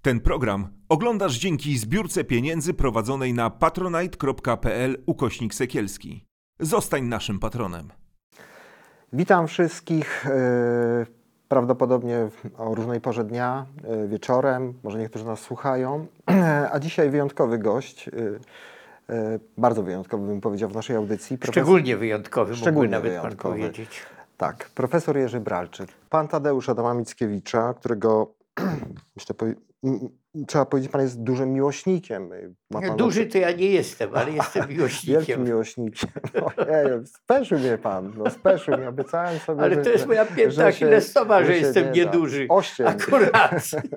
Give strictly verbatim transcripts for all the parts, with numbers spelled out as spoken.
Ten program oglądasz dzięki zbiórce pieniędzy prowadzonej na patronite.pl ukośnik Sekielski. Zostań naszym patronem. Witam wszystkich. Prawdopodobnie o różnej porze dnia, wieczorem, może niektórzy nas słuchają, a dzisiaj wyjątkowy gość, bardzo wyjątkowy bym powiedział w naszej audycji. Profesor... Szczególnie wyjątkowy, Szczególnie mógłby nawet wyjątkowy. Pan powiedzieć. Tak, profesor Jerzy Bralczyk. Pan Tadeusz Adama Mickiewicza, którego myślę, trzeba powiedzieć, pan jest dużym miłośnikiem. Ma pan Duży to ja nie jestem, ale jestem miłośnikiem. Wielkim miłośnikiem. Ojej, speszył mnie pan, no speszył mnie, obiecałem sobie, ale to jest moja pięta achillesowa, że, że jestem nie nieduży. Oścień. Akurat.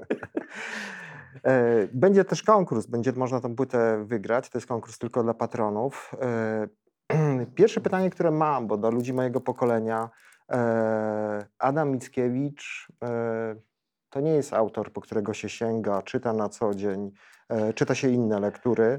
Będzie też konkurs, będzie można tą płytę wygrać, to jest konkurs tylko dla patronów. Pierwsze pytanie, które mam, bo dla ludzi mojego pokolenia, Adam Mickiewicz to nie jest autor, po którego się sięga, czyta na co dzień, czyta się inne lektury.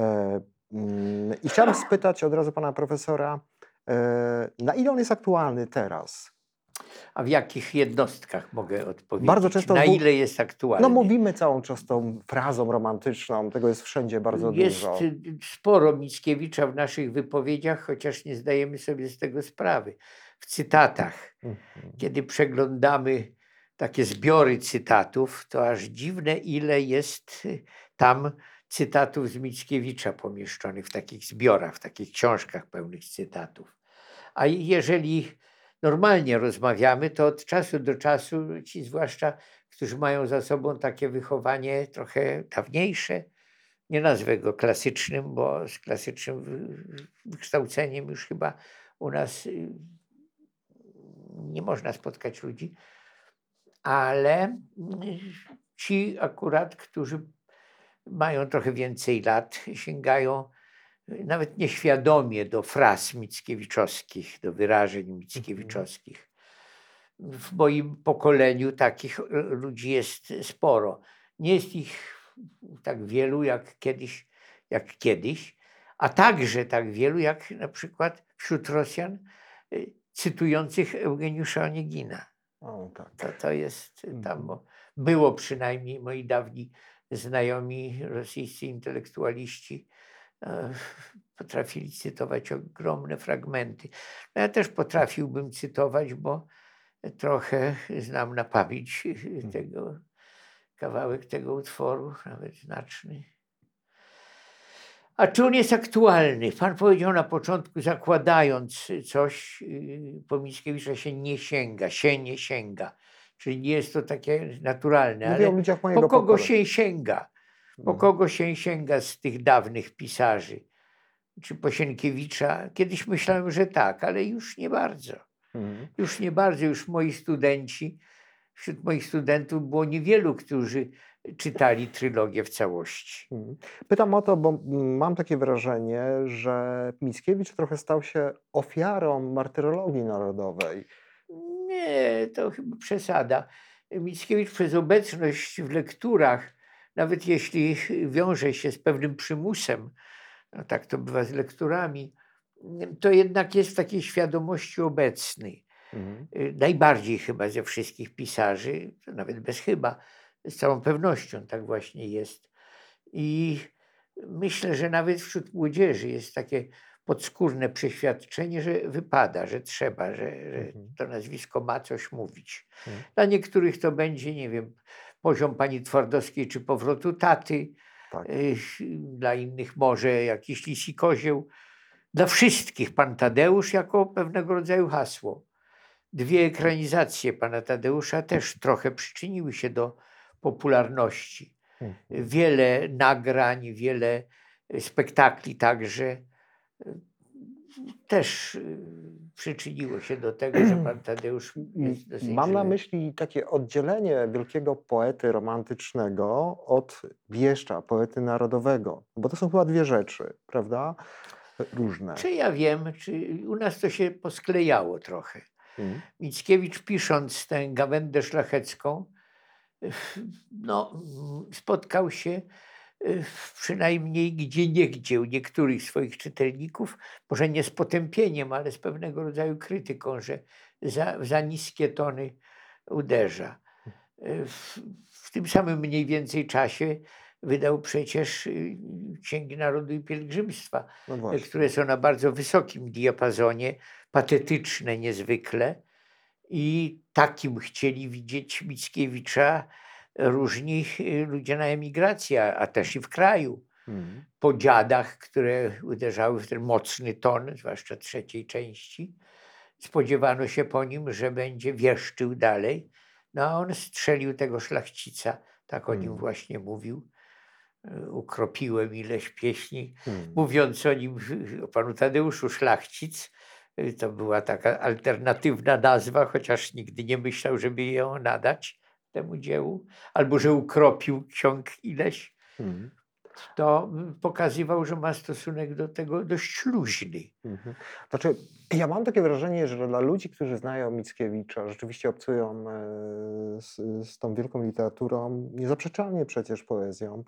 I chciałem spytać od razu pana profesora, na ile on jest aktualny teraz? A w jakich jednostkach mogę odpowiedzieć? Bardzo często na ile jest aktualny? No mówimy całą czas tą frazą romantyczną, tego jest wszędzie bardzo jest dużo. Jest sporo Mickiewicza w naszych wypowiedziach, chociaż nie zdajemy sobie z tego sprawy. W cytatach, mhm. kiedy przeglądamy takie zbiory cytatów, to aż dziwne, ile jest tam cytatów z Mickiewicza pomieszczonych w takich zbiorach, w takich książkach pełnych cytatów. A jeżeli normalnie rozmawiamy, to od czasu do czasu ci zwłaszcza, którzy mają za sobą takie wychowanie trochę dawniejsze, nie nazwę go klasycznym, bo z klasycznym wykształceniem już chyba u nas nie można spotkać ludzi, ale ci akurat, którzy mają trochę więcej lat, sięgają nawet nieświadomie do fraz mickiewiczowskich, do wyrażeń mickiewiczowskich. W moim pokoleniu takich ludzi jest sporo. Nie jest ich tak wielu jak kiedyś, jak kiedyś, a także tak wielu jak na przykład wśród Rosjan cytujących Eugeniusza Oniegina. O, tak. To, to jest tam, bo było przynajmniej moi dawni znajomi rosyjscy intelektualiści e, potrafili cytować ogromne fragmenty. No ja też potrafiłbym cytować, bo trochę znam na pamięć tego, kawałek tego utworu, nawet znaczny. A czy on jest aktualny? Pan powiedział na początku, zakładając coś, po Mickiewicza się nie sięga, się nie sięga. Czyli nie jest to takie naturalne. Mówię ale o ludziach po mojego kogo pokolenia. się sięga? Po kogo się sięga z tych dawnych pisarzy? Czy po Sienkiewicza? Kiedyś myślałem, że tak, ale już nie bardzo. Mhm. Już nie bardzo, już moi studenci, wśród moich studentów było niewielu, którzy czytali trylogię w całości. Pytam o to, bo mam takie wrażenie, że Mickiewicz trochę stał się ofiarą martyrologii narodowej. Nie, to chyba przesada. Mickiewicz przez obecność w lekturach, nawet jeśli wiąże się z pewnym przymusem, no tak to bywa z lekturami, to jednak jest w takiej świadomości obecny. Mhm. Najbardziej chyba ze wszystkich pisarzy, to nawet bez chyba, z całą pewnością tak właśnie jest. I myślę, że nawet wśród młodzieży jest takie podskórne przeświadczenie, że wypada, że trzeba, że, że to nazwisko ma coś mówić. Mhm. Dla niektórych to będzie, nie wiem, poziom pani Twardowskiej czy powrotu taty, tak. Dla innych może jakiś Lisi Kozieł. Dla wszystkich pan Tadeusz jako pewnego rodzaju hasło. Dwie ekranizacje pana Tadeusza też trochę przyczyniły się do popularności. Wiele nagrań, wiele spektakli także też przyczyniło się do tego, że pan Tadeusz jest dosyć Mam na żywy. myśli takie oddzielenie wielkiego poety romantycznego od wieszcza, poety narodowego. Bo to są chyba dwie rzeczy, prawda? Różne. Czy ja wiem, czy u nas to się posklejało trochę. Hmm. Mickiewicz, pisząc tę gawędę szlachecką, no, spotkał się przynajmniej gdzieniegdzie u niektórych swoich czytelników, może nie z potępieniem, ale z pewnego rodzaju krytyką, że za, za niskie tony uderza. w tym samym mniej więcej czasie wydał przecież y, Księgi Narodu i Pielgrzymstwa, No y, właśnie. które są na bardzo wysokim diapazonie, patetyczne niezwykle. I takim chcieli widzieć Mickiewicza różni y, ludzie na emigracji, a a też i w kraju. Mhm. Po dziadach, które uderzały w ten mocny ton, zwłaszcza trzeciej części, spodziewano się po nim, że będzie wieszczył dalej. No a on strzelił tego szlachcica, tak o nim Mhm. właśnie mówił. Y, Ukropiłem ileś pieśni, Mhm. mówiąc o nim, o panu Tadeuszu Szlachcic. y, To była taka alternatywna nazwa, chociaż nigdy nie myślał, żeby ją nadać temu dziełu, albo że ukropił ksiąg ileś. Mhm. To mm, pokazywał, że ma stosunek do tego dość luźny. Mhm. Znaczy, ja mam takie wrażenie, że dla ludzi, którzy znają Mickiewicza, rzeczywiście obcują e, z, z tą wielką literaturą, niezaprzeczalnie przecież poezją,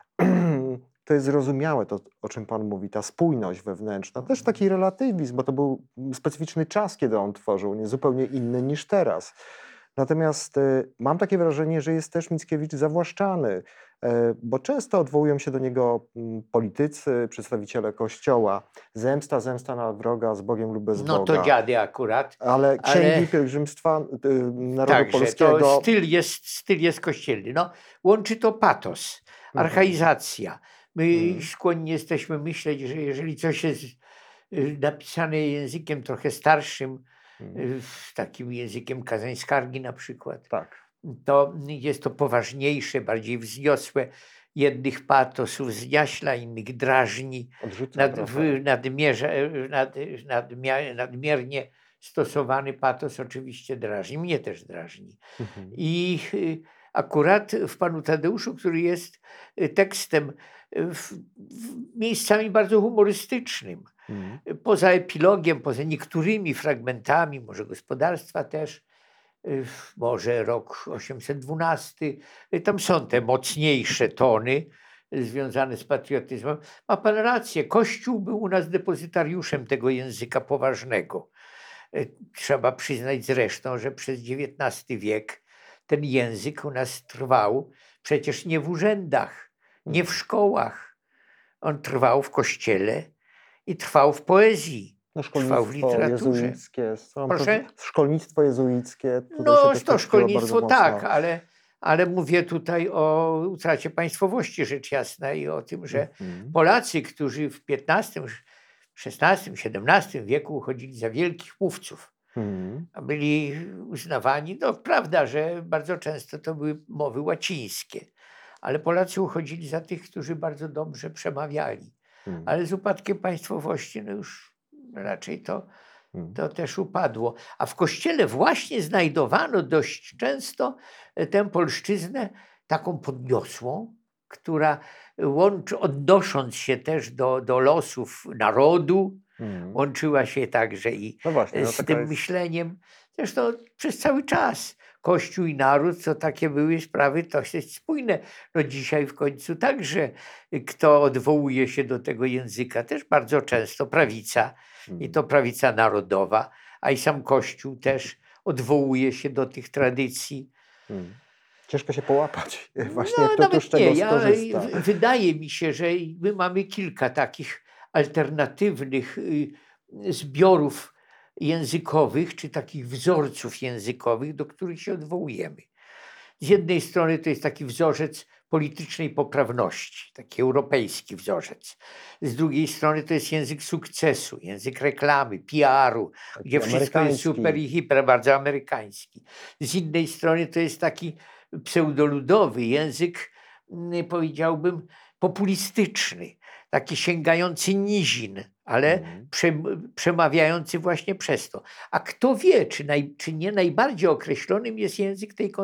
to jest zrozumiałe to, o czym Pan mówi, ta spójność wewnętrzna, też taki relatywizm, bo to był specyficzny czas, kiedy on tworzył, nie zupełnie inny niż teraz. Natomiast e, mam takie wrażenie, że jest też Mickiewicz zawłaszczany, e, bo często odwołują się do niego mm, politycy, przedstawiciele Kościoła. Zemsta, zemsta na wroga, z Bogiem lub bez No to Boga. dziady akurat. Ale księgi ale- pielgrzymstwa y, narodu Także to polskiego. styl jest, styl jest kościelny. No, łączy to patos, Mhm. archaizacja. My Mhm. skłonni jesteśmy myśleć, że jeżeli coś jest y, napisane językiem trochę starszym, Mhm. y, takim językiem kazańskargi na przykład, Tak. to jest to poważniejsze, bardziej wzniosłe. Jednych patosów zjaśla, innych drażni. Odrzuca Nad, trochę. w nadmierze, nad, nadmia, nadmiernie stosowany patos oczywiście drażni. Mnie też drażni. Mhm. I y, akurat w panu Tadeuszu, który jest y, tekstem y, w, w miejscami bardzo humorystycznym, Mhm. y, poza epilogiem, poza niektórymi fragmentami, może gospodarstwa też, y, może rok osiemset dwunasty, y, tam są te mocniejsze tony y, związane z patriotyzmem. Ma pan rację, Kościół był u nas depozytariuszem tego języka poważnego. Y, Trzeba przyznać zresztą, że przez dziewiętnasty wiek ten język u nas trwał przecież nie w urzędach, nie w szkołach. On trwał w kościele i trwał w poezji. No, Trwał w szkolnictwo literaturze. jezuickie. Są Proszę? to, szkolnictwo jezuickie. tutaj się No, też to toczyło szkolnictwo bardzo tak, mocno. ale, ale mówię tutaj o utracie państwowości, rzecz jasna, i o tym, że Mhm. Polacy, którzy w piętnastym, szesnastym, siedemnastym wieku uchodzili za wielkich mówców, Mhm. a byli uznawani, no prawda, że bardzo często to były mowy łacińskie, ale Polacy uchodzili za tych, którzy bardzo dobrze przemawiali. Mhm. Ale z upadkiem państwowości no już raczej to, Mhm. to też upadło. A w kościele właśnie znajdowano dość często e, tę polszczyznę taką podniosłą, która łączy, odnosząc się też do, do losów narodu, Mhm. łączyła się także i No właśnie, no z taka tym jest. myśleniem. Zresztą przez cały czas Kościół i naród to takie były sprawy dosyć spójne. No dzisiaj w końcu także kto odwołuje się do tego języka, też bardzo często prawica, i Mhm. to prawica narodowa, a i sam Kościół też odwołuje się do tych tradycji. Mhm. Ciężko się połapać. Właśnie No, kto tu z nawet czego nie. Ja, skorzysta. w- wydaje mi się, że my mamy kilka takich alternatywnych y, zbiorów językowych, czy takich wzorców językowych, do których się odwołujemy. Z jednej strony to jest taki wzorzec politycznej poprawności, taki europejski wzorzec. Z drugiej strony to jest język sukcesu, język reklamy, P R-u, Taki gdzie wszystko jest amerykański. super i hiper, bardzo amerykański. Z innej strony to jest taki pseudoludowy język, mm, powiedziałbym, populistyczny, taki sięgający nizin, ale Mhm. prze, przemawiający właśnie przez to. A kto wie, czy, naj, czy nie najbardziej określonym jest język tej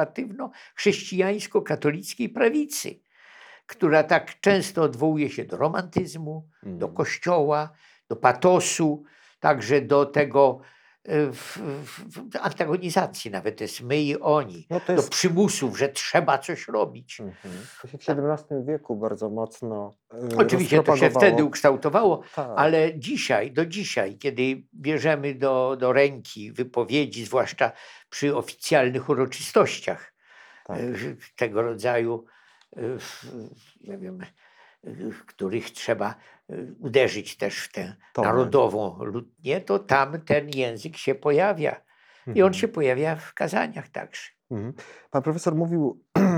konserwatywno-chrześcijańsko-katolickiej prawicy, która tak często odwołuje się do romantyzmu, do Mhm. kościoła, do patosu, także do tego e, w, w, w antagonizacji nawet jest my i oni, No to do jest. przymusów, że trzeba coś robić. Mhm. To się w siedemnastym wieku bardzo mocno e, Oczywiście to się rozpropagowało. wtedy ukształtowało, Tak. ale dzisiaj, do dzisiaj, kiedy bierzemy do, do ręki wypowiedzi, zwłaszcza przy oficjalnych uroczystościach, Tak. e, tego rodzaju, e, w- nie wiem, e, w których trzeba e, uderzyć też w tę Tony. narodową lutnię, to tam ten język się pojawia. I on Mhm. się pojawia w kazaniach także. Mhm. Pan profesor mówił,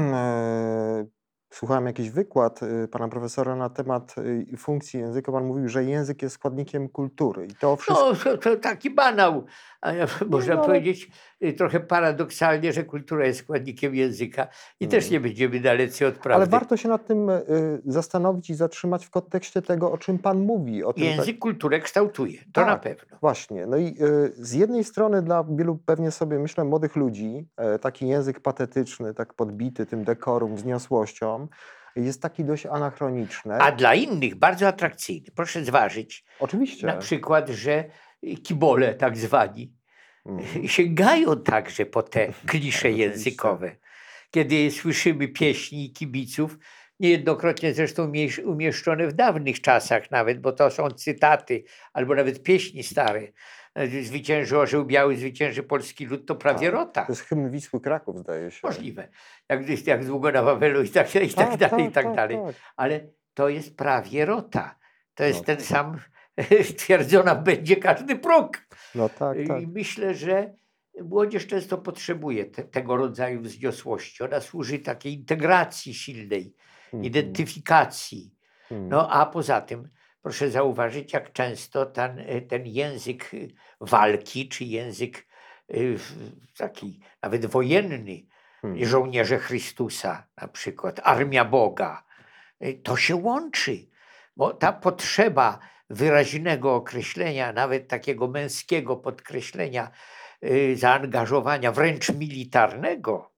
e, słuchałem jakiś wykład e, pana profesora na temat e, funkcji języka. Pan mówił, że język jest składnikiem kultury i to wszystko. No, to, to taki banał. A ja, można no ale- powiedzieć y, trochę paradoksalnie, że kultura jest składnikiem języka i też Mhm. nie będziemy dalece od Ale prawdy. warto się nad tym e, zastanowić i zatrzymać w kontekście tego, o czym pan mówi. O tym, tak, Język kulturę kształtuje, to na Tak. pewno. właśnie. No i e, z jednej strony dla wielu pewnie sobie, myślę, młodych ludzi, e, taki język patetyczny, tak podbity tym dekorum, wzniosłością, jest taki dość anachroniczny. A dla innych bardzo atrakcyjny. Proszę zważyć Oczywiście. na przykład, że kibole tak zwani Mhm. sięgają także po te klisze Oczywiście. językowe. Kiedy słyszymy pieśni kibiców, niejednokrotnie zresztą mieś- umieszczone w dawnych czasach nawet, bo to są cytaty, albo nawet pieśni stare. E, Zwycięży orzeł biały, zwycięży polski lud, to prawie Tak. rota. To jest hymn Wisły Kraków, zdaje się. Możliwe. Jak, jak długo na Wawelu i tak, i tak dalej, i tak dalej. tak. Ale to jest prawie rota. To jest No ten tak. sam, stwierdzona będzie każdy próg. No tak, tak. I myślę, że młodzież często potrzebuje te, tego rodzaju wzniosłości. Ona służy takiej integracji silnej, Mhm. identyfikacji. Mhm. No a poza tym proszę zauważyć, jak często ten, ten język walki, czy język y, taki nawet wojenny, Mhm. żołnierze Chrystusa na przykład, armia Boga, y, to się łączy. Bo ta potrzeba wyraźnego określenia, nawet takiego męskiego podkreślenia, y, zaangażowania wręcz militarnego,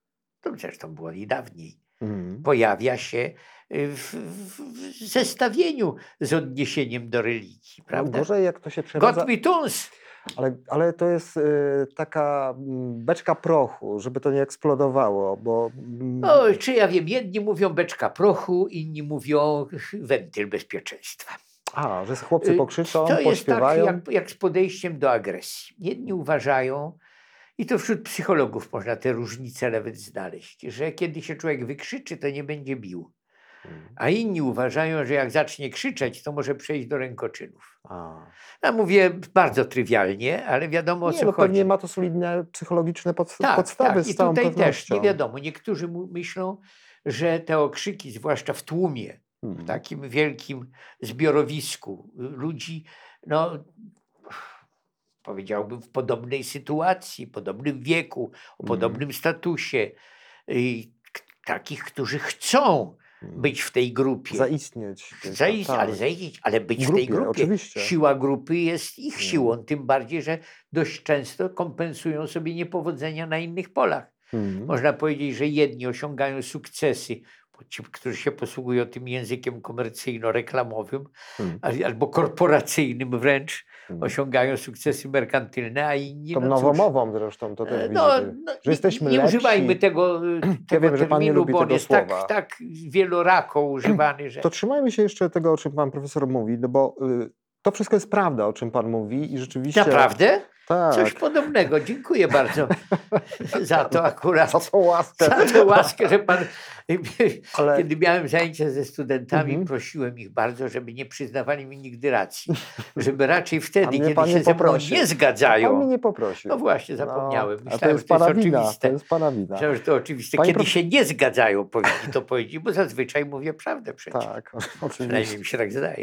to zresztą było i dawniej, Mhm. pojawia się y, w, w, w zestawieniu z odniesieniem do religii, No prawda? gorzej jak to się przeradza, Gott mit uns. ale, ale to jest y, taka mm, beczka prochu, żeby to nie eksplodowało, bo mm, O, czy ja wiem, jedni mówią beczka prochu, inni mówią wentyl bezpieczeństwa. a, że chłopcy Y, pokrzyczą, To jest tak pośpiewają. jak, jak z podejściem do agresji. Jedni uważają, i to wśród psychologów można te różnice nawet znaleźć, że kiedy się człowiek wykrzyczy, to nie będzie bił. Mhm. A inni uważają, że jak zacznie krzyczeć, to może przejść do rękoczynów. A. Ja mówię bardzo trywialnie, ale wiadomo o Nie, co no chodzi. pewnie ma to solidne psychologiczne pod, Tak, podstawy tak. z I całą tutaj też, pewnością. nie wiadomo, niektórzy mu- myślą, że te okrzyki, zwłaszcza w tłumie, w Mhm. takim wielkim zbiorowisku ludzi, no powiedziałbym w podobnej sytuacji, podobnym wieku, o Mhm. podobnym statusie, y, k- takich, którzy chcą Mhm. być w tej grupie. Zaistnieć. Zaist, tak. ale, zaistnieć, ale być W w tej grupie, grupie. oczywiście. Siła grupy jest ich Mhm. siłą, tym bardziej, że dość często kompensują sobie niepowodzenia na innych polach. Mhm. Można powiedzieć, że jedni osiągają sukcesy, bo ci, którzy się posługują tym językiem komercyjno-reklamowym, Mhm. al- albo korporacyjnym wręcz, Mhm. osiągają sukcesy merkantylne, a inni, Tą no cóż, nowomową zresztą to też e, no, widzicie, no, że nie, jesteśmy nie lepsi. używajmy tego, e, tego wiem, że pan nie terminu, lubi bo on tego jest słowa. tak, tak wielorako używany, że... To trzymajmy się jeszcze tego, o czym pan profesor mówi, no bo y, to wszystko jest prawda, o czym pan mówi i rzeczywiście... Naprawdę? Tak. Coś podobnego. Dziękuję bardzo za to akurat. Za tą łaskę. Za tę łaskę, że pan... Ale- Kiedy miałem zajęcia ze studentami, Mhm. prosiłem ich bardzo, żeby nie przyznawali mi nigdy racji. Żeby raczej A wtedy, mnie kiedy pan się nie ze mną poprosił. nie Pan zgadzają. mnie nie poprosił. No właśnie, zapomniałem. No, a Myślałem, to jest że to jest pana wina. To oczywiste. jest pana wina. Myślałem, że to oczywiste. Panie Kiedy prof- się nie zgadzają, powinni to powiedzieć, bo zazwyczaj mówię prawdę przecież. Tak, Przynajmniej oczywiście. mi się tak zdaje.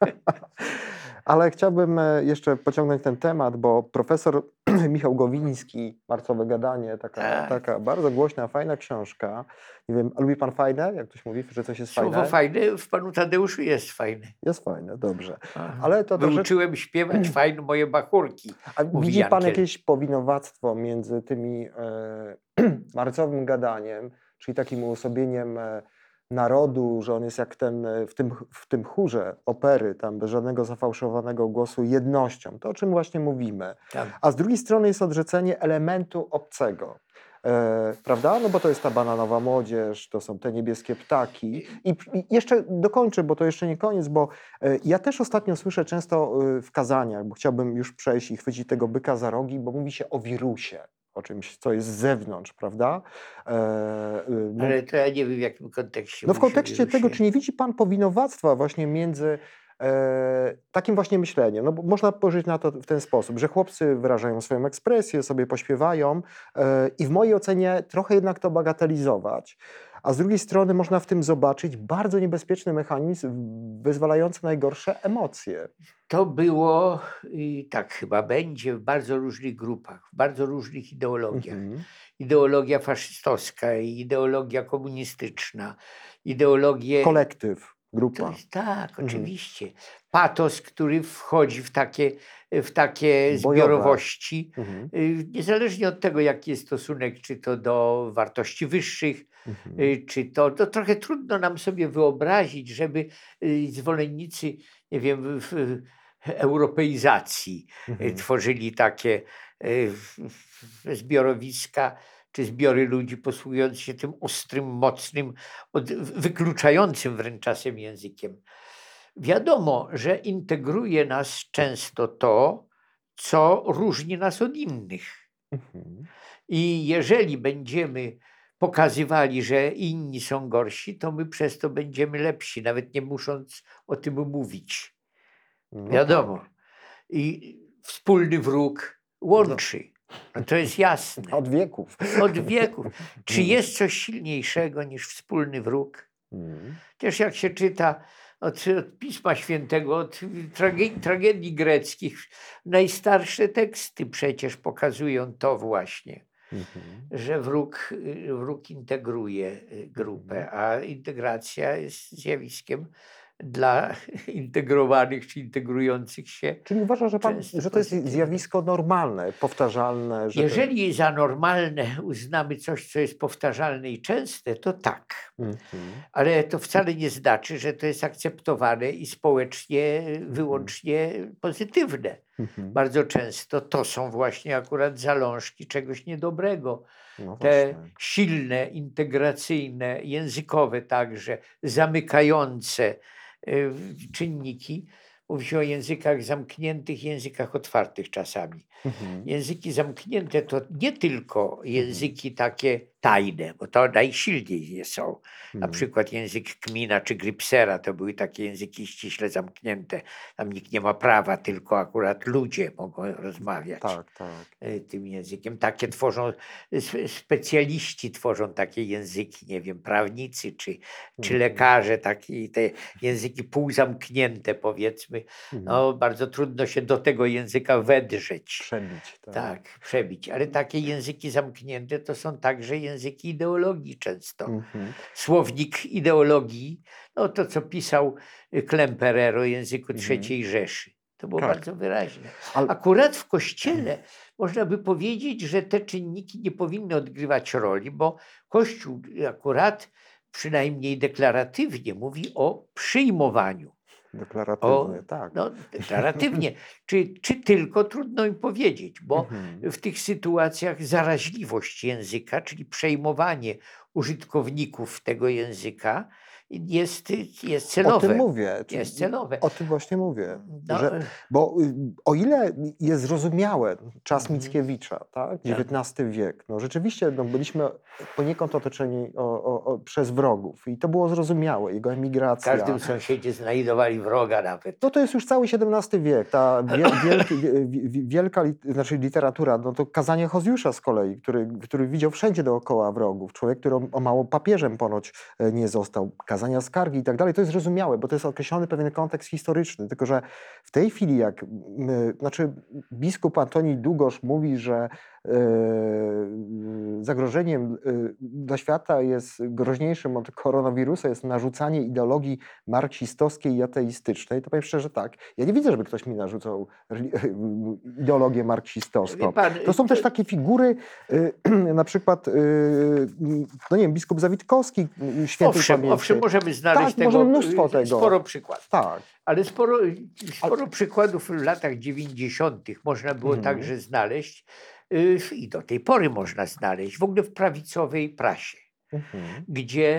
Ale chciałbym e, jeszcze pociągnąć ten temat, bo profesor Michał Gowiński, Marcowe gadanie, taka, Tak. taka bardzo głośna, fajna książka. Nie wiem, a lubi pan fajne? Jak ktoś mówi, że coś jest Słowo fajne? fajne w panu Tadeuszu jest fajne. Jest fajne, dobrze. Aha. Ale to troszeczkę... Wyuczyłem śpiewać fajne moje bachórki. A mówi widzi pan Jankiel. jakieś powinowactwo między tymi e, marcowym gadaniem, czyli takim uosobieniem e, narodu, że on jest jak ten e, w tym, w tym chórze opery, tam bez żadnego zafałszowanego głosu, jednością, to o czym właśnie mówimy. Tak. A z drugiej strony jest odrzucenie elementu obcego. E, prawda? No bo to jest ta bananowa młodzież, to są te niebieskie ptaki. I, I jeszcze dokończę, bo to jeszcze nie koniec, bo e, ja też ostatnio słyszę często e, w kazaniach, bo chciałbym już przejść i chwycić tego byka za rogi, bo mówi się o wirusie. o czymś, co jest z zewnątrz, prawda? E, y, no, Ale to ja nie wiem, w jakim kontekście no w musi kontekście tego, się... czy nie widzi pan powinowactwa właśnie między e, takim właśnie myśleniem? No bo można spojrzeć na to w ten sposób, że chłopcy wyrażają swoją ekspresję, sobie pośpiewają e, i w mojej ocenie trochę jednak to bagatelizować. A z drugiej strony można w tym zobaczyć bardzo niebezpieczny mechanizm wyzwalający najgorsze emocje. To było i tak chyba będzie w bardzo różnych grupach, w bardzo różnych ideologiach. Mhm. Ideologia faszystowska, ideologia komunistyczna, ideologie... Kolektyw, To grupa. jest, tak, Mhm. oczywiście. Patos, który wchodzi w takie, w takie Bojowe. zbiorowości, Mhm. y, niezależnie od tego, jaki jest stosunek, czy to do wartości wyższych, Mhm. y, czy to, to trochę trudno nam sobie wyobrazić, żeby y, zwolennicy, nie wiem, w, w europeizacji y, Mhm. tworzyli takie y, w- w- zbiorowiska, czy zbiory ludzi posługując się tym ostrym, mocnym, od, wykluczającym wręcz czasem językiem. Wiadomo, że integruje nas często to, co różni nas od innych. Mhm. I jeżeli będziemy pokazywali, że inni są gorsi, to my przez to będziemy lepsi, nawet nie musząc o tym mówić. No Wiadomo. tak. I wspólny wróg łączy. No to jest jasne. Od wieków. Od wieków. Czy Mm. jest coś silniejszego niż wspólny wróg? Mm. Też jak się czyta od, od Pisma Świętego, od trage- tragedii greckich, najstarsze teksty przecież pokazują to właśnie, Mhm. że wróg, y, wróg integruje y, grupę, a integracja jest zjawiskiem dla integrowanych czy integrujących się. Czyli uważa, że, pan, Często że to jest pozytywne. zjawisko normalne, powtarzalne? Że Jeżeli za normalne uznamy coś, co jest powtarzalne i częste, to tak. to... mhm. Ale to wcale nie znaczy, że to jest akceptowane i społecznie wyłącznie pozytywne. Mhm. Bardzo często to są właśnie akurat zalążki czegoś niedobrego. No Te właśnie. silne, integracyjne, językowe także, zamykające y, czynniki. Mówi się o językach zamkniętych, językach otwartych czasami. Mhm. Języki zamknięte to nie tylko języki takie tajne, bo to najsilniej je są. Na Mhm. przykład język Kmina czy Grypsera to były takie języki ściśle zamknięte. Tam nikt nie ma prawa, tylko akurat ludzie mogą rozmawiać Tak, tak. e, tym językiem. Takie tworzą, s- specjaliści tworzą takie języki, nie wiem, prawnicy czy, czy Mhm. lekarze, takie te języki półzamknięte powiedzmy. Mhm. No, bardzo trudno się do tego języka wedrzeć. Przebić. Tak. Tak, przebić. Ale takie języki zamknięte to są także języki ideologii często. Mhm. Słownik ideologii, no to co pisał y, Klemperer o języku Mhm. trzeciej Rzeszy. To było Tak. bardzo wyraźne. Ale... Akurat w Kościele można by powiedzieć, że te czynniki nie powinny odgrywać roli, bo Kościół akurat przynajmniej deklaratywnie mówi o przyjmowaniu. Deklaratywnie, O, tak. no, deklaratywnie. Czy, czy tylko trudno im powiedzieć, bo Mhm. w tych sytuacjach zaraźliwość języka, czyli przejmowanie użytkowników tego języka jest, jest O celowe. tym mówię. Czy- Jest celowe. O tym właśnie mówię. No, Że, bo y, o ile jest zrozumiałe czas Mhm. Mickiewicza, tak? dziewiętnasty wiek, no rzeczywiście no, byliśmy poniekąd otoczeni o, o, o, przez wrogów i to było zrozumiałe, jego w emigracja. każdym sąsiedzie znajdowali wroga nawet. No to jest już cały siedemnasty wiek, ta wie, wielki, wie, wie- wielka lit, znaczy literatura, no to kazanie Hozjusza z kolei, który, który widział wszędzie dookoła wrogów, człowiek, który o, o mało papieżem ponoć e, nie został, kazania skargi i tak dalej, to jest zrozumiałe, bo to jest określony pewien kontekst historyczny, tylko że w tej chwili jak, m, znaczy biskup Antoni Długosz mówi, że e, zagrożeniem e, dla świata jest groźniejszym od koronawirusa, jest narzucanie ideologii marksistowskiej i ateistycznej, to powiem szczerze tak, ja nie widzę, żeby ktoś mi narzucał reli- ideologię marksistowską. Wie pan, To są też to- takie figury, y, na przykład, y, no nie wiem, biskup Zawitkowski, y, świętej Owszem, pamięci. owszem, możemy znaleźć Tak, tego możemy mnóstwo y, tego. sporo przykładów. Tak. Ale sporo, sporo przykładów w latach dziewięćdziesiątych można było Mhm. także znaleźć y, i do tej pory można znaleźć w ogóle w prawicowej prasie, Mhm. gdzie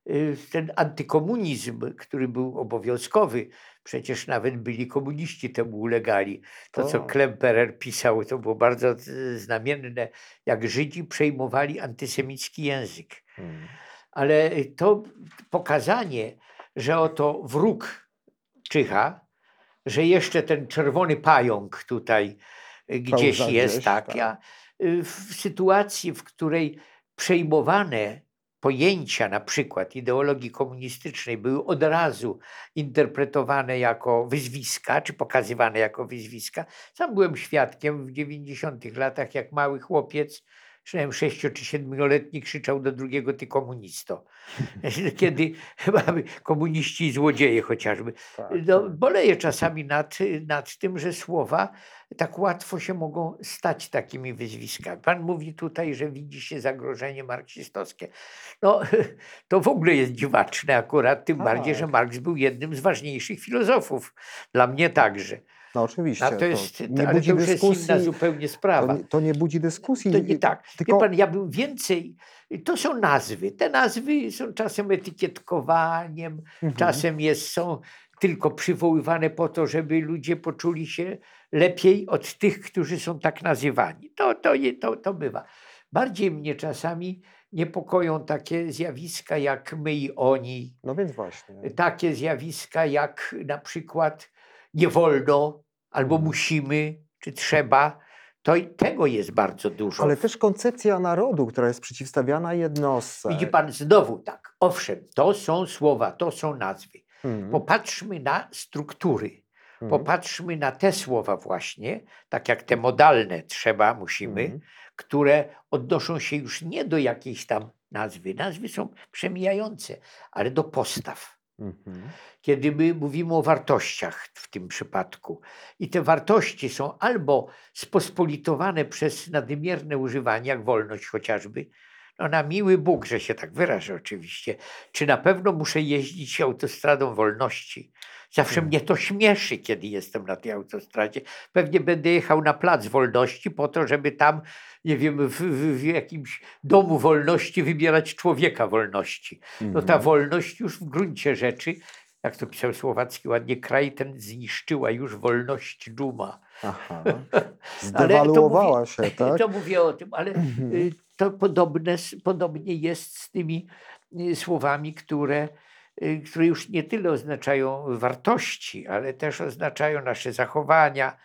y, ten antykomunizm, który był obowiązkowy, przecież nawet byli komuniści temu ulegali. To, co Tak. Klemperer pisał, to było bardzo y, znamienne, jak Żydzi przejmowali antysemicki język. Mm. Ale to pokazanie, że oto wróg czyha, że jeszcze ten czerwony pająk tutaj y, gdzieś Pełza jest, gdzieś, tak, tak. ja, y, w sytuacji, w której przejmowane pojęcia na przykład ideologii komunistycznej były od razu interpretowane jako wyzwiska, czy pokazywane jako wyzwiska. Sam byłem świadkiem w dziewięćdziesiątych latach, jak mały chłopiec, przynajmniej sześcio czy siedmioletni, krzyczał do drugiego: ty komunisto. Kiedy mamy komuniści i złodzieje chociażby. Tak, No, tak. boleję czasami nad, nad tym, że słowa tak łatwo się mogą stać takimi wyzwiskami. Pan mówi tutaj, że widzi się zagrożenie marksistowskie. No, to w ogóle jest dziwaczne akurat, tym Tak. bardziej, że Marks był jednym z ważniejszych filozofów. Dla mnie także. No oczywiście, A to to jest, nie to, ale budzi to już jest dyskusji, inna zupełnie to sprawa. nie, to nie budzi dyskusji. To nie tak. Tylko Wie pan, ja bym więcej. To są nazwy. Te nazwy są czasem etykietkowaniem, Mhm. czasem jest, są tylko przywoływane po to, żeby ludzie poczuli się lepiej od tych, którzy są tak nazywani. To, to, je- to, to bywa. Bardziej mnie czasami niepokoją takie zjawiska jak my i oni, No więc właśnie. takie zjawiska jak na przykład nie wolno, albo Mhm. musimy, czy trzeba. To i tego jest bardzo dużo. Ale też koncepcja narodu, która jest przeciwstawiana jednostce. Widzi pan, znowu tak, owszem, to są słowa, to są nazwy. Mhm. Popatrzmy na struktury, Mhm. popatrzmy na te słowa właśnie, tak jak te modalne trzeba, musimy, Mhm. które odnoszą się już nie do jakiejś tam nazwy. Nazwy są przemijające, ale do postaw. Mhm. Kiedy my mówimy o wartościach w tym przypadku i te wartości są albo spospolitowane przez nadmierne używanie, jak wolność chociażby, no na miły Bóg, że się tak wyrażę oczywiście, czy na pewno muszę jeździć autostradą wolności? Zawsze Mhm. mnie to śmieszy, kiedy jestem na tej autostradzie. Pewnie będę jechał na plac wolności po to, żeby tam, nie wiem, w, w, w jakimś domu wolności wybierać człowieka wolności. No ta Mhm. wolność już w gruncie rzeczy, jak to pisał Słowacki ładnie, kraj ten zniszczyła już wolność dżuma. Aha. Ale to Zdewaluowała mówię, się, tak? to mówię o tym, ale Mhm. y, to podobne, s- podobnie jest z tymi y, słowami, które, y, które już nie tyle oznaczają wartości, ale też oznaczają nasze zachowania.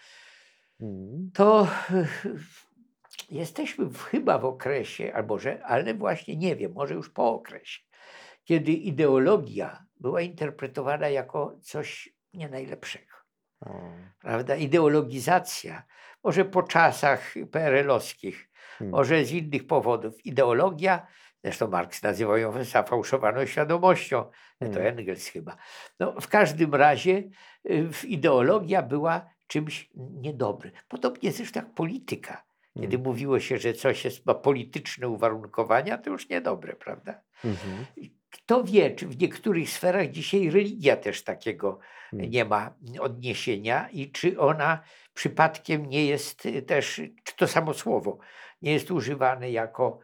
Mhm. To y, jesteśmy w, chyba w okresie, albo że, ale właśnie nie wiem, może już po okresie, kiedy ideologia była interpretowana jako coś nie najlepszego. O. Prawda? Ideologizacja, może po czasach P R L-owskich, Hmm. może z innych powodów. Ideologia, zresztą Marks nazywał ją zafałszowaną świadomością, to Hmm. Engels chyba. No, w każdym razie y, w- ideologia była czymś niedobrym. Podobnie zresztą jak polityka. Kiedy Hmm. mówiło się, że coś jest, ma polityczne uwarunkowania, to już niedobre, prawda? Mhm. Kto wie, czy w niektórych sferach dzisiaj religia też takiego Hmm. nie ma odniesienia i czy ona przypadkiem nie jest y, też, czy to samo słowo nie jest używane jako,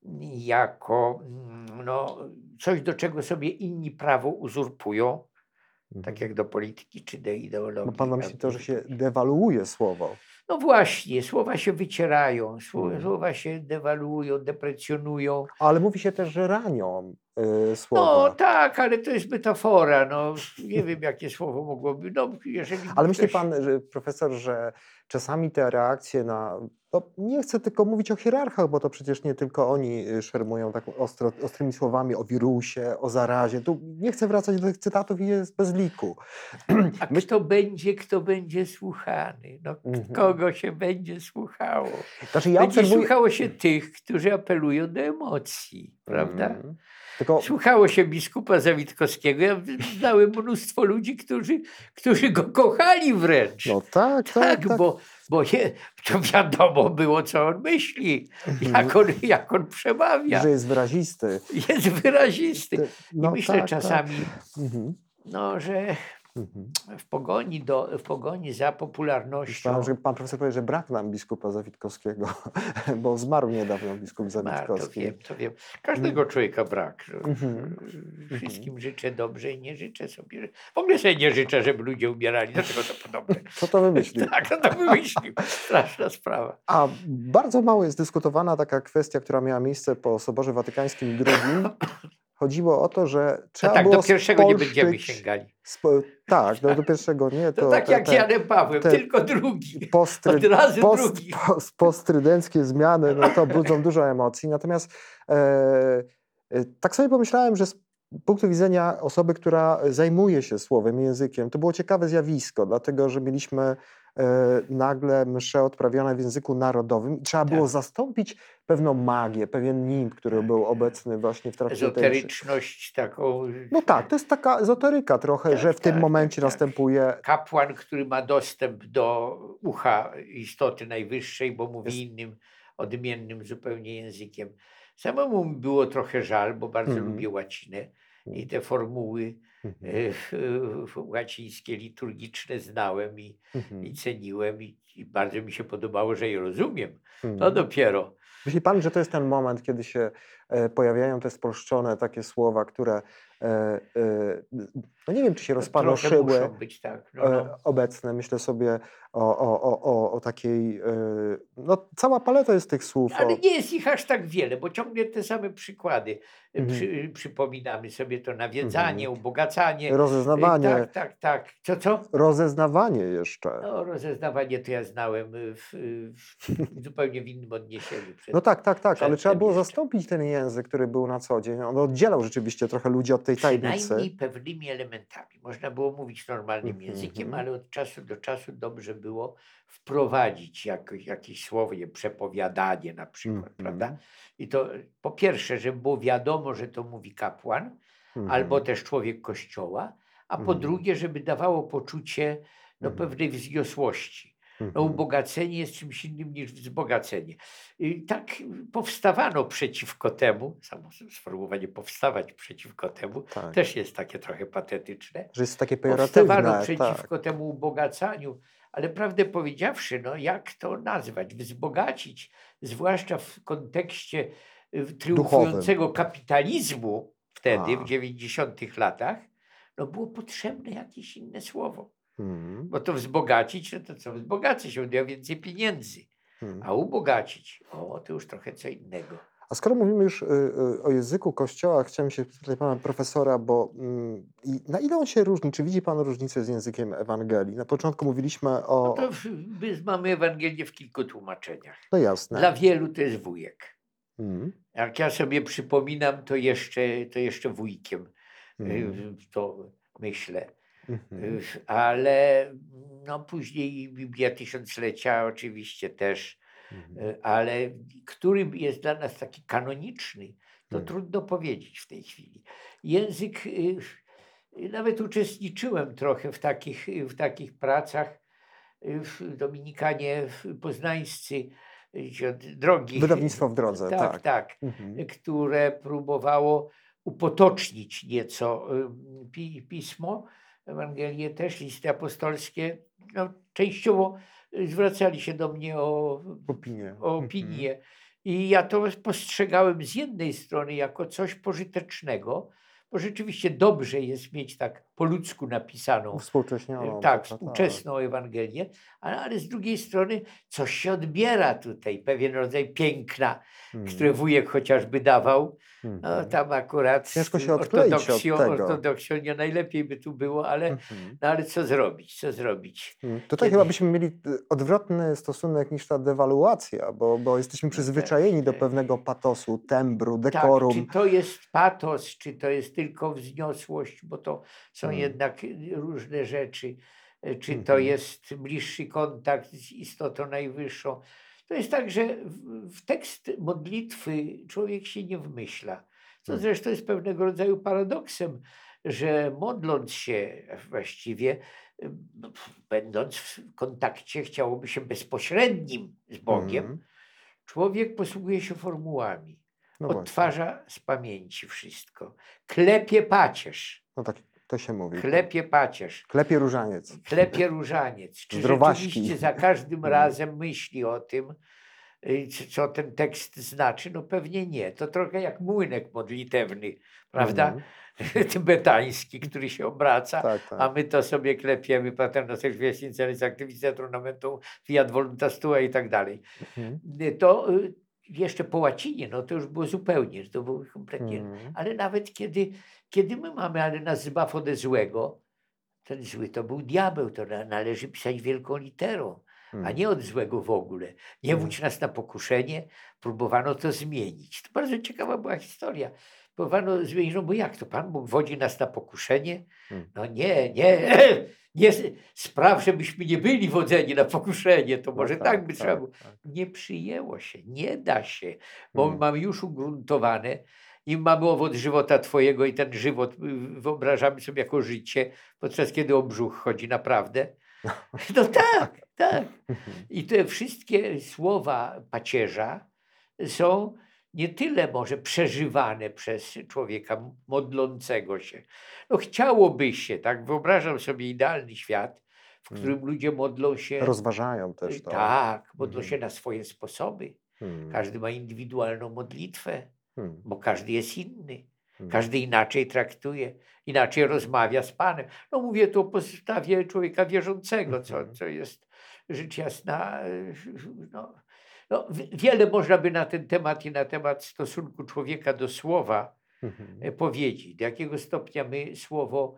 jako mm, no, coś, do czego sobie inni prawo uzurpują, tak Mhm. jak do polityki czy do ideologii. Ma pan na myśli to, że prawda? się dewaluuje słowo. No właśnie, słowa się wycierają, sło- Hmm. słowa się dewaluują, deprecjonują. Ale mówi się też, że ranią y, No słowa. tak, ale to jest metafora. No, nie wiem, jakie słowo mogłoby. No, jeżeli Ale by myśli ktoś- pan, że, profesor, że czasami te reakcje na... No, nie chcę tylko mówić o hierarchach, bo to przecież nie tylko oni y, szermują tak ostro, ostrymi słowami o wirusie, o zarazie. Tu nie chcę wracać do tych cytatów i jest bez liku. A Myśl- kto będzie, kto będzie słuchany? No, Mhm. kogo się będzie słuchało? Znaczy ja Będzie obserwuję... słuchało się tych, którzy apelują do emocji, prawda? Mhm. Tylko Słuchało się biskupa Zawitkowskiego. Ja znałem mnóstwo ludzi, którzy, którzy go kochali wręcz. no tak, tak, Tak, tak. bo, bo je, to wiadomo było, co on myśli, jak on, jak on przemawia. Że jest wyrazisty. Jest wyrazisty. Ty- I No myślę tak, czasami, tak. Mhm. no, że Mhm. w pogoni, do, w pogoni za popularnością. Myślałem, że pan profesor powie, że brak nam biskupa Zawitkowskiego, bo zmarł niedawno biskup Zmarł, to Zawitkowski. wiem, to wiem. Każdego człowieka brak. że- Mhm. Wszystkim życzę dobrze i nie życzę sobie. W ogóle sobie nie życzę, żeby ludzie umierali. Dlaczego to podobne? Co to wymyślił? Tak, no to wymyślił. Straszna sprawa. A bardzo mało jest dyskutowana taka kwestia, która miała miejsce po Soborze Watykańskim drugim. Chodziło o to, że No trzeba tak, było do pierwszego nie będziemy spolszczyć- sięgali. Spo, tak, no do pierwszego nie. To, To, tak te- jak te z Janem Pawłem, te tylko drugi. Postryd, Od razu post, drugi. post, postrydenckie zmiany, no to budzą dużo emocji. Natomiast e, e, tak sobie pomyślałem, że z punktu widzenia osoby, która zajmuje się słowem, językiem, to było ciekawe zjawisko, dlatego że mieliśmy e, nagle msze odprawione w języku narodowym i trzeba było Tak. zastąpić pewną magię, pewien nimb, który był obecny właśnie w trakcie tej mszy. Ezoteryczność taką. No tak, to jest taka ezoteryka trochę, Tak, że w tym tak, momencie tak, tak. następuje. Kapłan, który ma dostęp do ucha istoty najwyższej, bo mówi Jest- innym, odmiennym zupełnie językiem. Samemu mi było trochę żal, bo bardzo Mhm. lubię łacinę i te formuły Mhm, e, f- f- łacińskie, liturgiczne znałem i, mhm, i ceniłem i, i bardzo mi się podobało, że je rozumiem. To mhm. dopiero. Myśli pan, że to jest ten moment, kiedy się e, pojawiają te spolszczone takie słowa, które e, e, no nie wiem, czy się Trochę rozpanoszyły, muszą być tak. No, no. e, obecne. Myślę sobie o, o, o, o, o takiej, e, no cała paleta jest tych słów. Ale O, nie jest ich aż tak wiele, bo ciągle te same przykłady. Mhm. Przy, przypominamy sobie to nawiedzanie, Mhm. ubogacanie. rozeznawanie, Tak, tak, tak. Co, co? rozeznawanie jeszcze. No, rozeznawanie to ja znałem w, w zupełnie w innym odniesieniu. Przed, No tak, tak, tak, ale przedtem trzeba było jeszcze. zastąpić ten język, który był na co dzień. On oddzielał rzeczywiście trochę ludzi od tej tajemnicy. Przynajmniej pewnymi elementami. Można było mówić normalnym Mhm, językiem, mhm. ale od czasu do czasu dobrze było wprowadzić jakoś, jakieś słowo, je przepowiadanie na przykład, Mhm, prawda? I to y, po pierwsze, żeby było wiadomo, że to mówi kapłan, mhm, albo też człowiek kościoła, a po Mhm. drugie, żeby dawało poczucie no, Mhm. pewnej wzniosłości. No, mhm. ubogacenie jest czymś innym niż wzbogacenie. I tak powstawano przeciwko temu, samo sformułowanie powstawać przeciwko temu, Tak. też jest takie trochę patetyczne. Że jest takie Powstawano pejoratywne. przeciwko Tak. temu ubogacaniu, ale prawdę powiedziawszy, no jak to nazwać? Wzbogacić, zwłaszcza w kontekście y, triumfującego kapitalizmu wtedy, A. w dziewięćdziesiątych latach, no było potrzebne jakieś inne słowo. Mhm, Bo to wzbogacić, no to co? Wzbogacę się, miał więcej pieniędzy. mhm. A ubogacić, o, to już trochę co innego. A skoro mówimy już y, y, o języku Kościoła, chciałem się spytać pana profesora, bo mm, i na ile on się różni? Czy widzi pan różnicę z językiem Ewangelii? Na początku mówiliśmy No o... to w- my mamy Ewangelię w kilku tłumaczeniach. No jasne. Dla wielu to jest wujek. Mhm, Jak ja sobie przypominam, to jeszcze, to jeszcze wujkiem mhm, y, to myślę. mhm, Y, Ale no, później Biblia Tysiąclecia oczywiście też, mhm. y, ale który jest dla nas taki kanoniczny, to Mhm. trudno powiedzieć w tej chwili. Język, y, y, nawet uczestniczyłem trochę w takich, y, w takich pracach y, w Dominikanie w Poznańscy, y, od drogi. Wydawnictwo w drodze, Tak, tak. tak, Mhm, które próbowało upotocznić nieco y, pi, pismo, Ewangelię też, listy apostolskie. No, częściowo y, zwracali się do mnie o, Opinie. o opinię. I ja to postrzegałem z jednej strony jako coś pożytecznego, bo rzeczywiście dobrze jest mieć tak po ludzku napisaną, Współcześnioną. tak, to- to- współczesną Ewangelię, ale, ale z drugiej strony coś się odbiera tutaj, pewien rodzaj piękna, Mhm, które wujek chociażby dawał. No, mhm, tam akurat Ciężko z się odkleić od ortodoksją, tego. ortodoksją nie najlepiej by tu było, ale, mhm. no, ale co zrobić, co zrobić? Mm, Tutaj Kiedy- chyba byśmy mieli y, odwrotny stosunek niż ta dewaluacja, bo, bo jesteśmy No przyzwyczajeni tak, do tak. pewnego patosu, tembru, Tak, dekorum. czy to jest patos, czy to jest tylko wzniosłość, bo to są Mm. jednak y, różne rzeczy, y, czy to Mhm. jest bliższy kontakt z istotą najwyższą. To jest tak, że w, w tekst modlitwy człowiek się nie wmyśla, co Mm. zresztą jest pewnego rodzaju paradoksem, że modląc się właściwie, y, no, będąc w kontakcie, chciałoby się bezpośrednim z Bogiem, Mhm. człowiek posługuje się formułami. No właśnie. Odtwarza z pamięci wszystko. Klepie pacierz. No tak, To się mówi. Klepie pacierz, Klepie różaniec. klepie różaniec. Czy Zdrowaśki. rzeczywiście za każdym Mm. razem myśli o tym, y, c- co ten tekst znaczy? No pewnie nie. To trochę jak młynek modlitewny, prawda? Mhm. Tybetański, który się obraca, Tak, tak. a my to sobie klepiemy potem na tych wieścińcach, aktywizacja trunamentu, fiat voluntas tua i tak dalej. Mhm. Y, To y, jeszcze po łacinie, no to już było zupełnie, to było kompletnie. Mhm. Ale nawet kiedy, kiedy my mamy, ale nas zbaw ode złego, ten zły to był diabeł, to na, należy pisać wielką literą, a Mhm. nie od złego w ogóle. Nie Mhm. wódź nas na pokuszenie, próbowano to zmienić. To bardzo ciekawa była historia. Próbowano zmienić, no bo jak to Pan Bóg wodzi nas na pokuszenie? Mhm. No nie, nie, nie spraw, żebyśmy nie byli wodzeni na pokuszenie, to No może tak, tak by tak, trzeba było. tak. Nie przyjęło się, nie da się, bo my Mhm. mamy już ugruntowane i mamy owoc żywota Twojego i ten żywot y, wyobrażamy sobie jako życie, podczas kiedy o brzuch chodzi naprawdę. No tak, tak. Mhm. I te wszystkie słowa pacierza są nie tyle może przeżywane przez człowieka modlącego się. No chciałoby się, tak, wyobrażam sobie idealny świat, w Mm. którym ludzie modlą się, Rozważają też to. tak, modlą Mhm. się na swoje sposoby. Mhm. Każdy ma indywidualną modlitwę, Mhm. bo każdy jest inny. Mhm. Każdy inaczej traktuje, inaczej rozmawia z Panem. No mówię tu o postawie człowieka wierzącego, co, Mhm. co jest rzecz jasna. y, No, no, wi- wiele można by na ten temat i na temat stosunku człowieka do słowa Mhm. e, powiedzieć. Do jakiego stopnia my słowo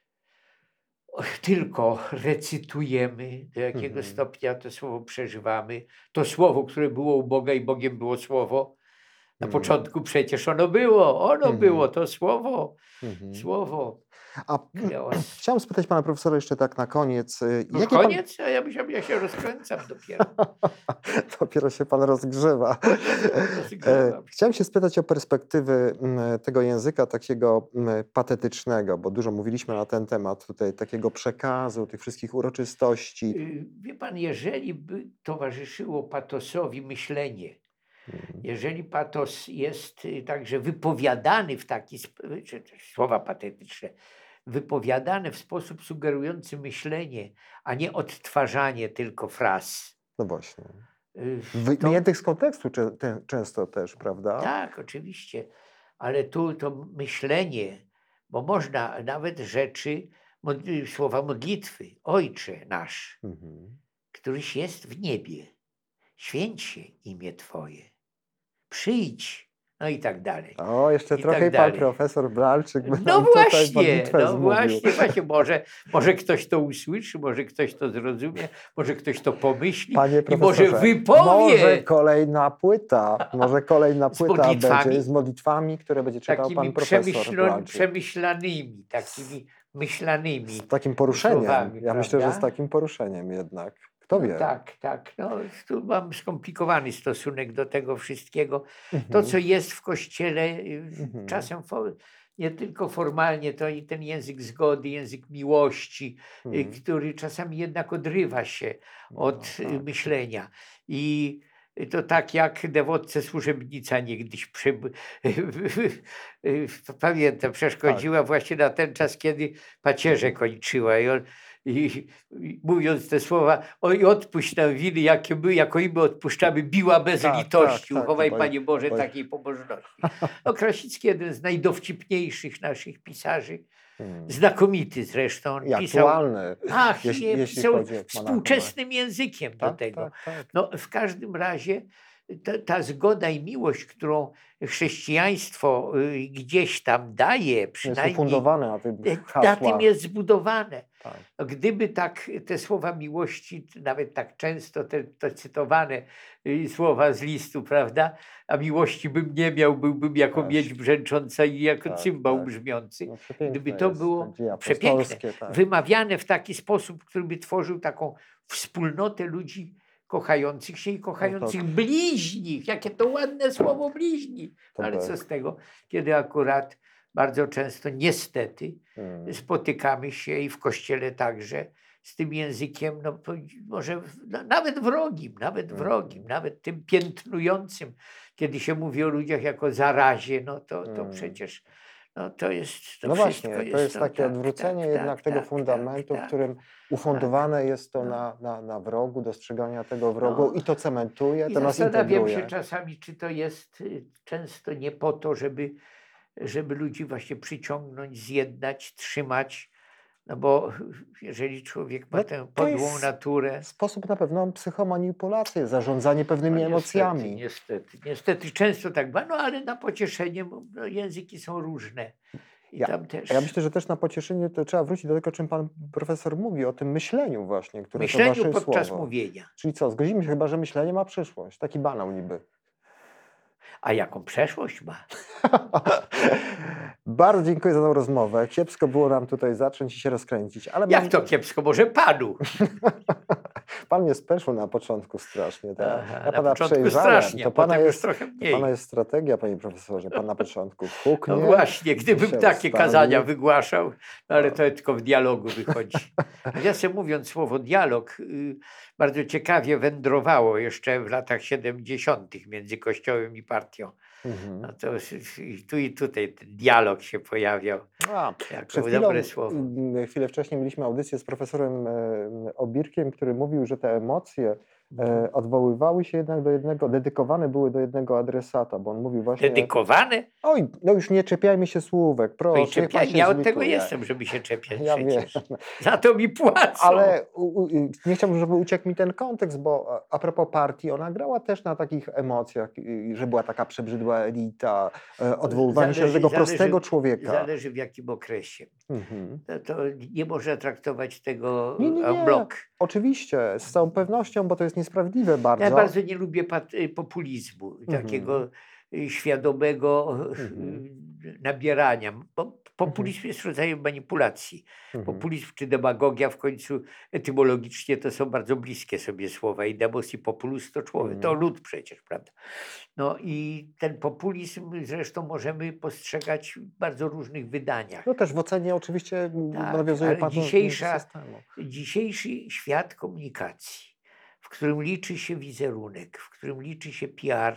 tylko recytujemy, do jakiego Mhm. stopnia to słowo przeżywamy. To słowo, które było u Boga i Bogiem było słowo. Na Mhm. początku przecież ono było, ono Mhm. było, to słowo, Mhm. słowo. A Kleos. chciałem spytać pana profesora jeszcze tak na koniec. y, Już jakie pan- koniec? A ja myślałem, ja się rozkręcam dopiero. Dopiero się pan rozgrzewa. Rozgrzewam E, Chciałem się spytać o perspektywy mm, tego języka takiego mm, patetycznego, bo dużo mówiliśmy na ten temat, tutaj takiego przekazu, tych wszystkich uroczystości. Y, Wie pan, jeżeli by towarzyszyło patosowi myślenie, Mm. jeżeli patos jest y, także wypowiadany w taki, sp- czy też słowa patetyczne, wypowiadane w sposób sugerujący myślenie, a nie odtwarzanie tylko fraz. No właśnie. y, Wy- to- Wyjętych z kontekstu cze- te- często też, prawda? Tak, oczywiście, ale tu to myślenie, bo można nawet rzeczy, mod, y, słowa modlitwy, Ojcze nasz, Mhm. któryś jest w niebie, święć się imię Twoje, przyjdź, no i tak dalej. O, jeszcze I trochę tak i pan dalej. profesor Bralczyk by No nam tutaj właśnie, modlitwę no zmówił. właśnie, właśnie, może, może ktoś to usłyszy, może ktoś to zrozumie, może ktoś to pomyśli Panie i profesorze, może wypowie. może kolejna płyta, może kolejna Z płyta modlitwami? będzie z modlitwami, które będzie czytał Takimi pan profesor przemyślon, Bralczyk. przemyślanymi, takimi myślanymi. Z takim poruszeniem. słowami, Ja myślę, że z prawda? takim poruszeniem jednak. Kto No wie? tak, tak. No, tu mam skomplikowany stosunek do tego wszystkiego. To, Mhm. co jest w Kościele, y, Mhm. czasem fo- nie tylko formalnie, to i ten język zgody, język miłości, y, Mhm. który czasami jednak odrywa się od No y, tak. myślenia. I to tak jak dewotce służebnica niegdyś przyb... pamiętam, przeszkodziła właśnie na ten czas, kiedy pacierze kończyła. I, on, i, i mówiąc te słowa, oj, odpuść nam winy, jakie my, jako i my odpuszczamy, biła bez Tak, litości. tak, tak, Uchowaj, bo- Panie Boże, bo- takiej pobożności. No, Krasicki, jeden z najdowcipniejszych naszych pisarzy, Mhm. znakomity zresztą. On I pisał, aktualny. ach, jeśli- nie, jeśli pisał chodzi o Monachium. współczesnym językiem do Tak, tego. tak, tak. No, w każdym razie ta, ta zgoda i miłość, którą chrześcijaństwo y, gdzieś tam daje, Jest przynajmniej ufundowane na tym y, na hasłach. tym jest zbudowane. Tak. No, gdyby tak te słowa miłości, nawet tak często te, te cytowane y, słowa z listu, prawda, a miłości bym nie miał, byłbym jako Tak. miedź brzęcząca i jako Tak, cymbał tak. brzmiący. No, przepiękne Gdyby to jest, było te dzieje przepiękne, apostolskie, tak. wymawiane w taki sposób, który by tworzył taką wspólnotę ludzi kochających się i kochających bliźnich. Jakie to ładne słowo bliźni. To Ale tak. co z tego, kiedy akurat bardzo często niestety Mm. spotykamy się i w Kościele także z tym językiem, no po- może w- no, nawet wrogim, nawet Mhm. wrogim, nawet tym piętnującym. Kiedy się mówi o ludziach jako zarazie, no to, to Mm. przecież No to jest, to No wszystko właśnie, jest to jest to, takie tak, odwrócenie tak, jednak tak, tego tak, fundamentu, tak, w którym tak. ufundowane jest to No. na, na, na wrogu, dostrzegania tego wrogu No. i to cementuje, I to nas zastanawiam się integruje. czasami, czy to jest y, często nie po to, żeby, żeby ludzi właśnie przyciągnąć, zjednać, trzymać, no bo jeżeli człowiek ma No tę to podłą jest naturę, sposób na pewną psychomanipulację, zarządzanie no pewnymi niestety, emocjami. niestety, niestety często tak ma, no ale na pocieszenie no, języki są różne i Ja, tam też a ja myślę, że też na pocieszenie to trzeba wrócić do tego, o czym pan profesor mówi, o tym myśleniu właśnie, które myśleniu towarzyszy podczas słowo. mówienia. Czyli co, zgodzimy się chyba, że myślenie ma przyszłość. Taki banał niby. A jaką przeszłość ma? Bardzo dziękuję za tę rozmowę. Kiepsko było nam tutaj zacząć i się rozkręcić, ale Jak mam... to kiepsko? Może panu? Pan mnie speszył na początku strasznie. Tak? Aha, Ja na pana początku przejrzałem. strasznie, To pana, potem już jest, trochę to mniej. pana jest strategia, panie profesorze. Pan na początku huknie. No właśnie, gdybym się takie ustawi. kazania wygłaszał, no ale to tylko w dialogu wychodzi. Nawiasem mówiąc, słowo dialog y, bardzo ciekawie wędrowało jeszcze w latach siedemdziesiątych między Kościołem i partią. Mhm. No to y, y, tu i tutaj ten dialog się pojawiał A, jako przed chwilą, dobre słowo. mm, chwilę wcześniej mieliśmy audycję z profesorem e, Obirkiem, który mówił, że te emocje e, odwoływały się jednak do jednego, dedykowane były do jednego adresata, bo on mówił właśnie... Dedykowane? Oj, no już nie czepiajmy się słówek, No i proszę, niech pan czepia, się ja od tego zlituje. jestem, żeby się czepiać Ja przecież. wiem. Za to mi płacą. Ale u, u, nie chciałbym, żeby uciekł mi ten kontekst, bo a, a propos partii, ona grała też na takich emocjach, i- że była taka przebrzydła elita, e, odwoływanie się do Zależy- tego zależy- prostego człowieka. Zależy w jakim okresie. Mhm. To, to nie można traktować tego Nie, nie, en nie. bloc. Oczywiście, z całą pewnością, bo to jest niesprawiedliwe bardzo. Ja bardzo nie lubię pat- y, populizmu, Mhm. takiego y, świadomego y, Mhm. nabierania, bo populizm jest rodzajem manipulacji. Mhm. Populizm czy demagogia w końcu etymologicznie to są bardzo bliskie sobie słowa. I demos i populus to człowiek, to Mhm. lud przecież, prawda? No i ten populizm zresztą możemy postrzegać w bardzo różnych wydaniach. No też w ocenie oczywiście m, Tak, nawiązuje ale pan do dzisiejsza- systemu. Dzisiejszy świat komunikacji, w którym liczy się wizerunek, w którym liczy się P R,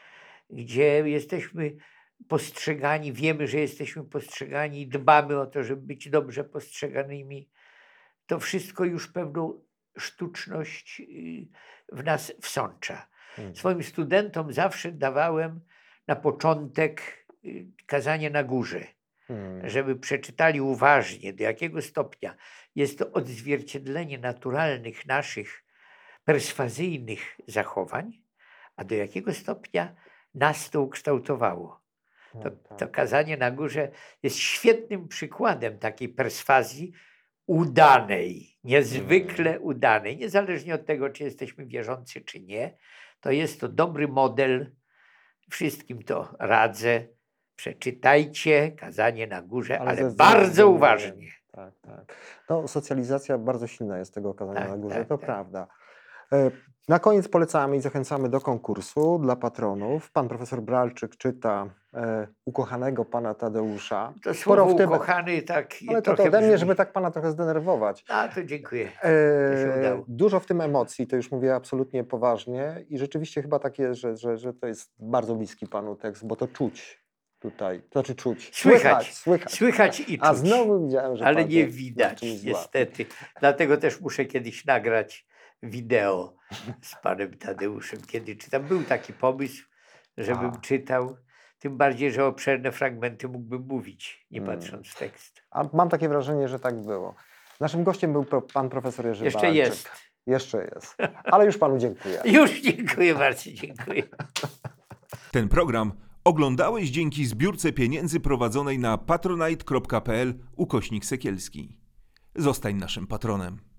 gdzie jesteśmy postrzegani, wiemy, że jesteśmy postrzegani i dbamy o to, żeby być dobrze postrzeganymi, to wszystko już pewną sztuczność y, w nas wsącza. Mhm. Swoim studentom zawsze dawałem na początek y, kazanie na górze, Mhm. żeby przeczytali uważnie, do jakiego stopnia jest to odzwierciedlenie naturalnych naszych perswazyjnych zachowań, a do jakiego stopnia nas to ukształtowało. To, No tak. to kazanie na górze jest świetnym przykładem takiej perswazji udanej, niezwykle udanej, niezależnie od tego, czy jesteśmy wierzący, czy nie. To jest to dobry model. Wszystkim to radzę. Przeczytajcie kazanie na górze, ale, ze bardzo zrozumieniem. uważnie. Tak, tak. No, socjalizacja bardzo silna jest tego okazania Tak, na górze, tak, to tak. prawda. E, Na koniec polecamy i zachęcamy do konkursu dla patronów. Pan profesor Bralczyk czyta e, ukochanego pana Tadeusza. To Sporo słowo w tym- ukochany tak Ale to, trochę to ode mnie, brzmi. żeby tak pana trochę zdenerwować. A, to dziękuję. E, się udało. dużo w tym emocji, to już mówię absolutnie poważnie i rzeczywiście chyba tak jest, że, że, że to jest bardzo bliski panu tekst, bo to czuć tutaj, to znaczy czuć. Słychać, słychać. Słychać i czuć. A znowu widziałem, że Ale pan nie to na widać, czymś złapał. niestety. Dlatego też muszę kiedyś nagrać wideo z panem Tadeuszem, kiedy czytam. Był taki pomysł, żebym A. czytał, tym bardziej, że obszerne fragmenty mógłbym mówić, nie Mm. patrząc w tekst. A mam takie wrażenie, że tak było. Naszym gościem był pro, pan profesor Jerzy Jeszcze Bralczyk. jest. Jeszcze jest. Ale już panu dziękuję. Już dziękuję bardzo, dziękuję. Ten program oglądałeś dzięki zbiórce pieniędzy prowadzonej na patronite kropka p l ukośnik Sekielski. Zostań naszym patronem.